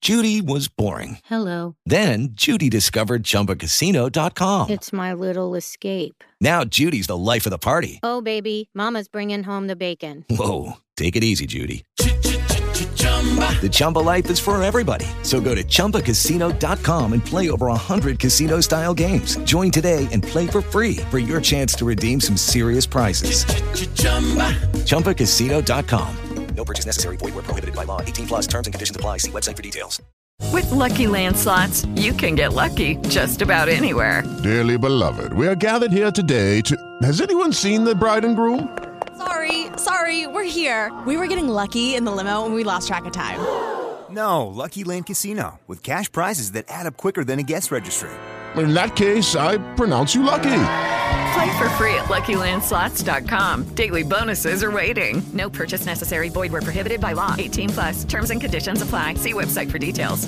Judy was boring. Hello. Then Judy discovered ChumbaCasino.com. It's my little escape. Now Judy's the life of the party. Oh, baby, mama's bringing home the bacon. Whoa, take it easy, Judy. The Chumba life is for everybody. So go to ChumbaCasino.com and play over 100 casino-style games. Join today and play for free for your chance to redeem some serious prizes. ChumbaCasino.com. No purchase necessary. Void where prohibited by law. 18 plus terms and conditions apply. See website for details. With Lucky Land Slots, you can get lucky just about anywhere. Dearly beloved, we are gathered here today to... Has anyone seen the bride and groom? Sorry, we're here. We were getting lucky in the limo and we lost track of time. No, Lucky Land Casino, with cash prizes that add up quicker than a guest registry. In that case, I pronounce you lucky. Play for free at LuckyLandSlots.com. Daily bonuses are waiting. No purchase necessary. Void where prohibited by law. 18 plus. Terms and conditions apply. See website for details.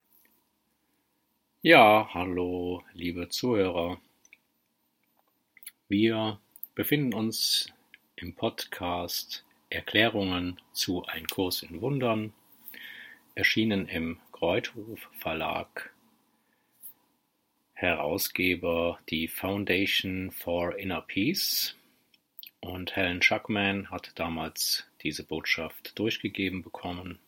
Ja, hallo, liebe Zuhörer. Wir befinden uns im Podcast Erklärungen zu Ein Kurs in Wundern, erschienen im Kreuthof Verlag. Herausgeber die Foundation for Inner Peace, und Helen Schuckman hat damals diese Botschaft durchgegeben bekommen.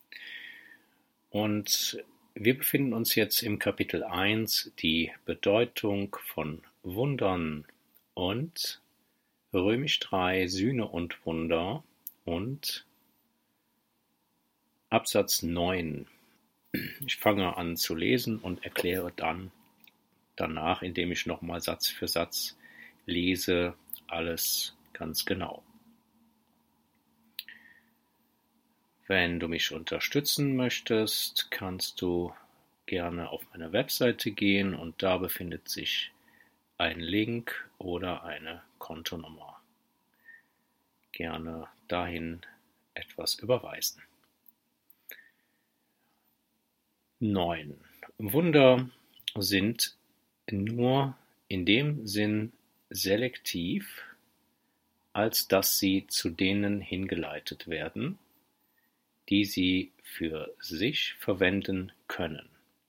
Und wir befinden uns jetzt im Kapitel 1, die Bedeutung von Wundern, und Römisch 3, Sühne und Wunder, und Absatz 9. Ich fange an zu lesen und erkläre danach, indem ich nochmal Satz für Satz lese, alles ganz genau. Wenn du mich unterstützen möchtest, kannst du gerne auf meine Webseite gehen und da befindet sich ein Link oder eine Kontonummer. Gerne dahin etwas überweisen. 9. Wunder sind nur in dem Sinn selektiv, als dass sie zu denen hingeleitet werden, die sie für sich verwenden können.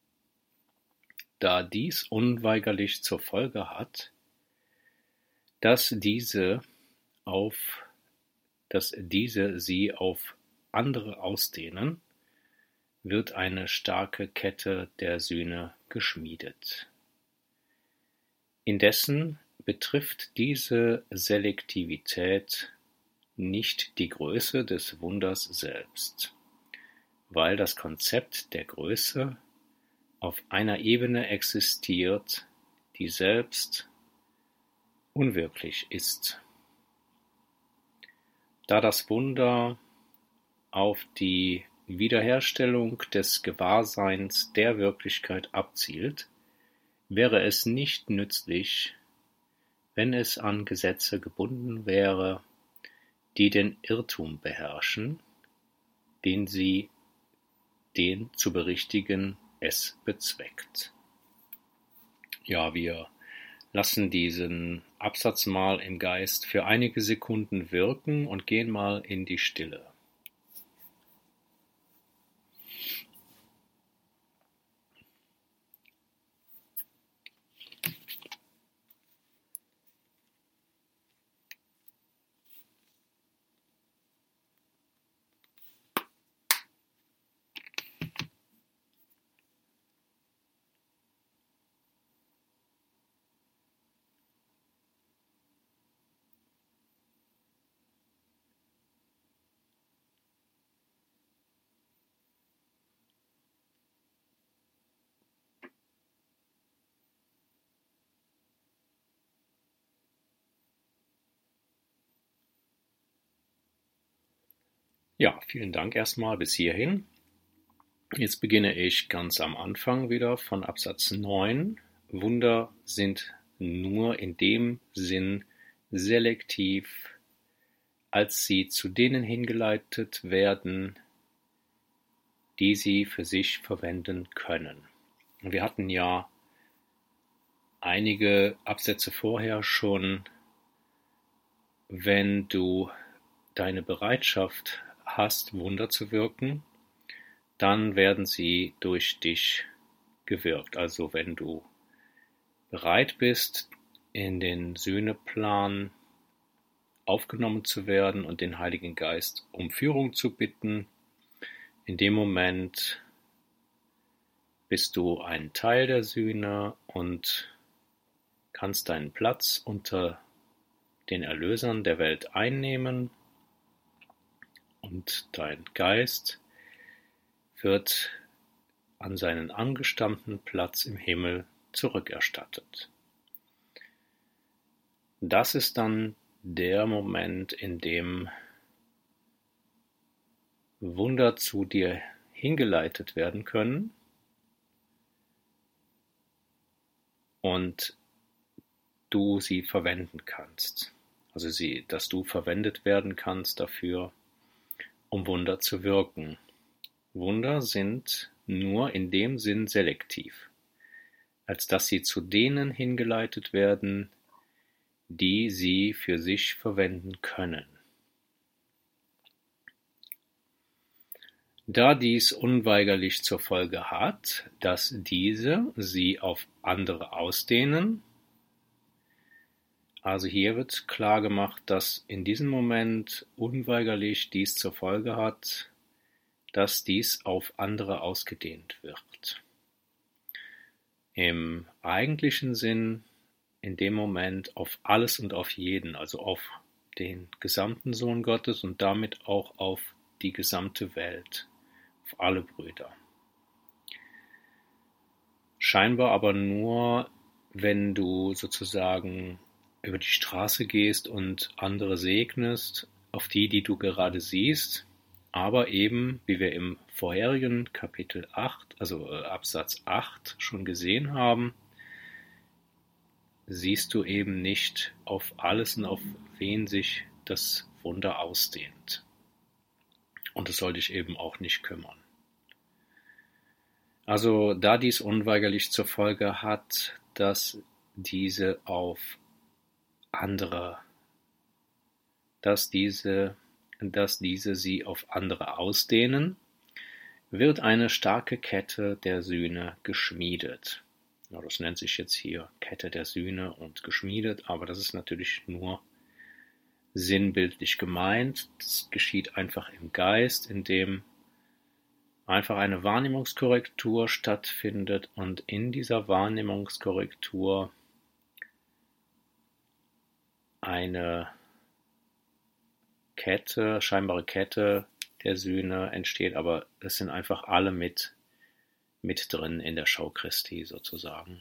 Da dies unweigerlich zur Folge hat, dass diese sie auf andere ausdehnen, wird eine starke Kette der Sühne geschmiedet. Indessen betrifft diese Selektivität nicht die Größe des Wunders selbst, weil das Konzept der Größe auf einer Ebene existiert, die selbst unwirklich ist. Da das Wunder auf die Wiederherstellung des Gewahrseins der Wirklichkeit abzielt, wäre es nicht nützlich, wenn es an Gesetze gebunden wäre, die den Irrtum beherrschen, den zu berichtigen es bezweckt. Ja, wir lassen diesen Absatz mal im Geist für einige Sekunden wirken und gehen mal in die Stille. Ja, vielen Dank erstmal bis hierhin. Jetzt beginne ich ganz am Anfang wieder von Absatz 9. Wunder sind nur in dem Sinn selektiv, als sie zu denen hingeleitet werden, die sie für sich verwenden können. Und wir hatten ja einige Absätze vorher schon, wenn du deine Bereitschaft hast, Wunder zu wirken, dann werden sie durch dich gewirkt. Also wenn du bereit bist, in den Sühneplan aufgenommen zu werden und den Heiligen Geist um Führung zu bitten, in dem Moment bist du ein Teil der Sühne und kannst deinen Platz unter den Erlösern der Welt einnehmen und dein Geist wird an seinen angestammten Platz im Himmel zurückerstattet. Das ist dann der Moment, in dem Wunder zu dir hingeleitet werden können und du sie verwenden kannst. Also dass du verwendet werden kannst dafür, um Wunder zu wirken. Wunder sind nur in dem Sinn selektiv, als dass sie zu denen hingeleitet werden, die sie für sich verwenden können. Da dies unweigerlich zur Folge hat, dass diese sie auf andere ausdehnen, also hier wird klar gemacht, dass in diesem Moment unweigerlich dies zur Folge hat, dass dies auf andere ausgedehnt wird. Im eigentlichen Sinn in dem Moment auf alles und auf jeden, also auf den gesamten Sohn Gottes und damit auch auf die gesamte Welt, auf alle Brüder. Scheinbar aber nur, wenn du sozusagen über die Straße gehst und andere segnest, auf die du gerade siehst, aber eben, wie wir im vorherigen Kapitel 8, also Absatz 8 schon gesehen haben, siehst du eben nicht auf alles und auf wen sich das Wunder ausdehnt. Und es soll dich eben auch nicht kümmern. Also da dies unweigerlich zur Folge hat, dass diese sie auf andere ausdehnen, wird eine starke Kette der Sühne geschmiedet. Ja, das nennt sich jetzt hier Kette der Sühne und geschmiedet, aber das ist natürlich nur sinnbildlich gemeint. Das geschieht einfach im Geist, indem einfach eine Wahrnehmungskorrektur stattfindet und in dieser Wahrnehmungskorrektur eine scheinbare Kette der Sühne entsteht, aber es sind einfach alle mit drin in der Schau Christi sozusagen.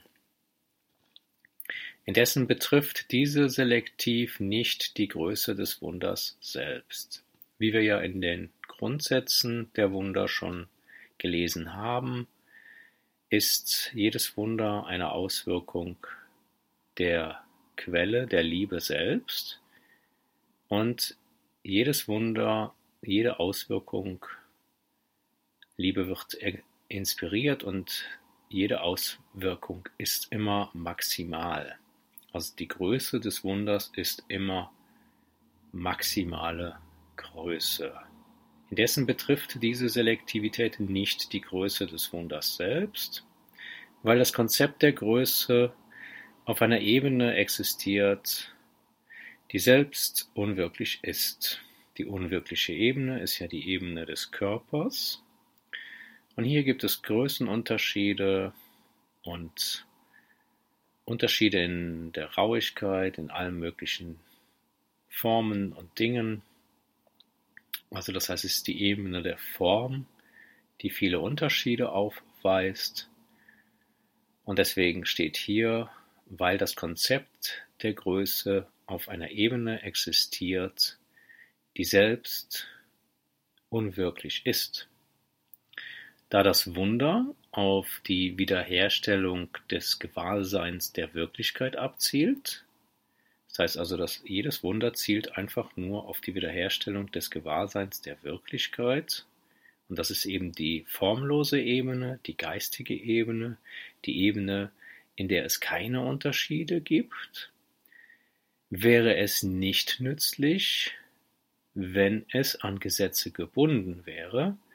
Indessen betrifft diese selektiv nicht die Größe des Wunders selbst. Wie wir ja in den Grundsätzen der Wunder schon gelesen haben, ist jedes Wunder eine Auswirkung der Quelle der Liebe selbst und jedes Wunder, jede Auswirkung, Liebe wird inspiriert und jede Auswirkung ist immer maximal. Also die Größe des Wunders ist immer maximale Größe. Indessen betrifft diese Selektivität nicht die Größe des Wunders selbst, weil das Konzept der Größe auf einer Ebene existiert, die selbst unwirklich ist. Die unwirkliche Ebene ist ja die Ebene des Körpers. Und hier gibt es Größenunterschiede und Unterschiede in der Rauigkeit, in allen möglichen Formen und Dingen. Also das heißt, es ist die Ebene der Form, die viele Unterschiede aufweist. Und deswegen steht hier, weil das Konzept der Größe auf einer Ebene existiert, die selbst unwirklich ist. Da das Wunder auf die Wiederherstellung des Gewahrseins der Wirklichkeit abzielt, das heißt also, dass jedes Wunder zielt einfach nur auf die Wiederherstellung des Gewahrseins der Wirklichkeit, und das ist eben die formlose Ebene, die geistige Ebene, die Ebene, in der es keine Unterschiede gibt, wäre es nicht nützlich, wenn es an Gesetze gebunden wäre,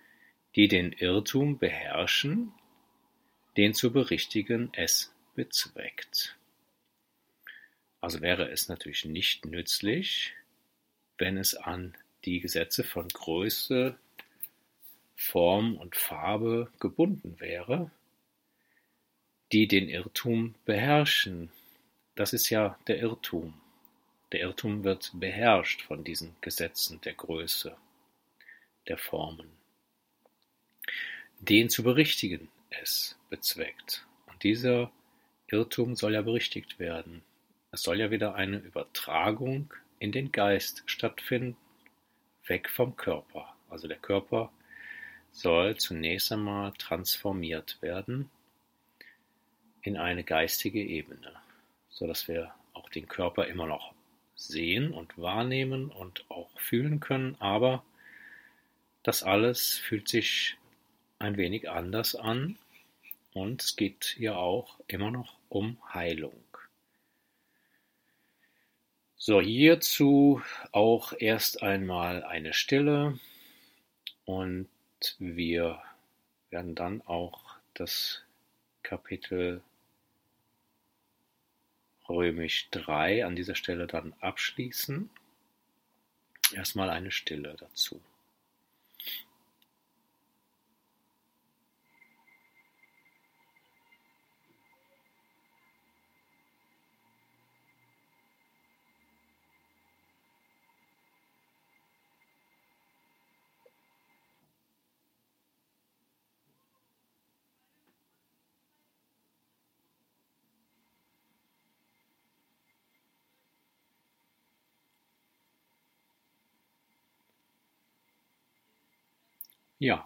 die den Irrtum beherrschen, den zu berichtigen es bezweckt. Also wäre es natürlich nicht nützlich, wenn es an die Gesetze von Größe, Form und Farbe gebunden wäre, die den Irrtum beherrschen. Das ist ja der Irrtum. Der Irrtum wird beherrscht von diesen Gesetzen der Größe, der Formen. Den zu berichtigen es bezweckt. Und dieser Irrtum soll ja berichtigt werden. Es soll ja wieder eine Übertragung in den Geist stattfinden, weg vom Körper. Also der Körper soll zunächst einmal transformiert werden in eine geistige Ebene, sodass wir auch den Körper immer noch sehen und wahrnehmen und auch fühlen können, aber das alles fühlt sich ein wenig anders an und es geht ja auch immer noch um Heilung. So, hierzu auch erst einmal eine Stille und wir werden dann auch das Kapitel Römisch 3 an dieser Stelle dann abschließen. Erstmal eine Stille dazu. Ja,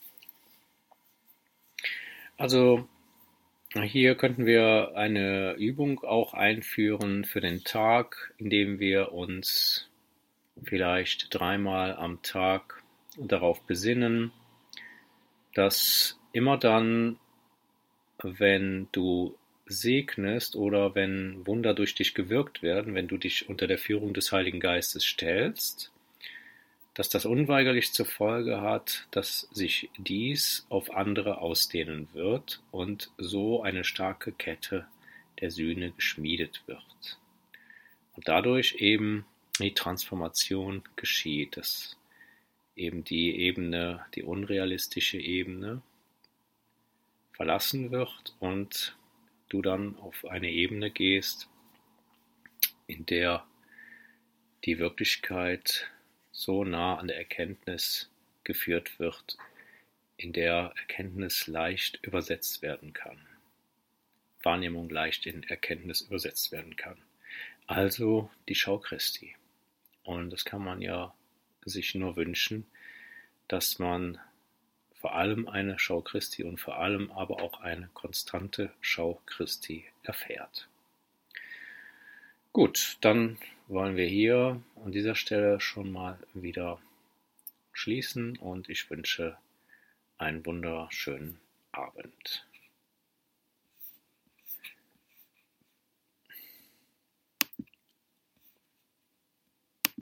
also hier könnten wir eine Übung auch einführen für den Tag, indem wir uns vielleicht 3-mal am Tag darauf besinnen, dass immer dann, wenn du segnest oder wenn Wunder durch dich gewirkt werden, wenn du dich unter der Führung des Heiligen Geistes stellst, dass das unweigerlich zur Folge hat, dass sich dies auf andere ausdehnen wird und so eine starke Kette der Sühne geschmiedet wird. Und dadurch eben die Transformation geschieht, dass eben die Ebene, die unrealistische Ebene verlassen wird und du dann auf eine Ebene gehst, in der die Wirklichkeit so nah an der Erkenntnis geführt wird, in der Erkenntnis leicht übersetzt werden kann. Wahrnehmung leicht in Erkenntnis übersetzt werden kann. Also die Schau Christi. Und das kann man ja sich nur wünschen, dass man vor allem eine Schau Christi und vor allem aber auch eine konstante Schau Christi erfährt. Gut, dann wollen wir hier an dieser Stelle schon mal wieder schließen und ich wünsche einen wunderschönen Abend.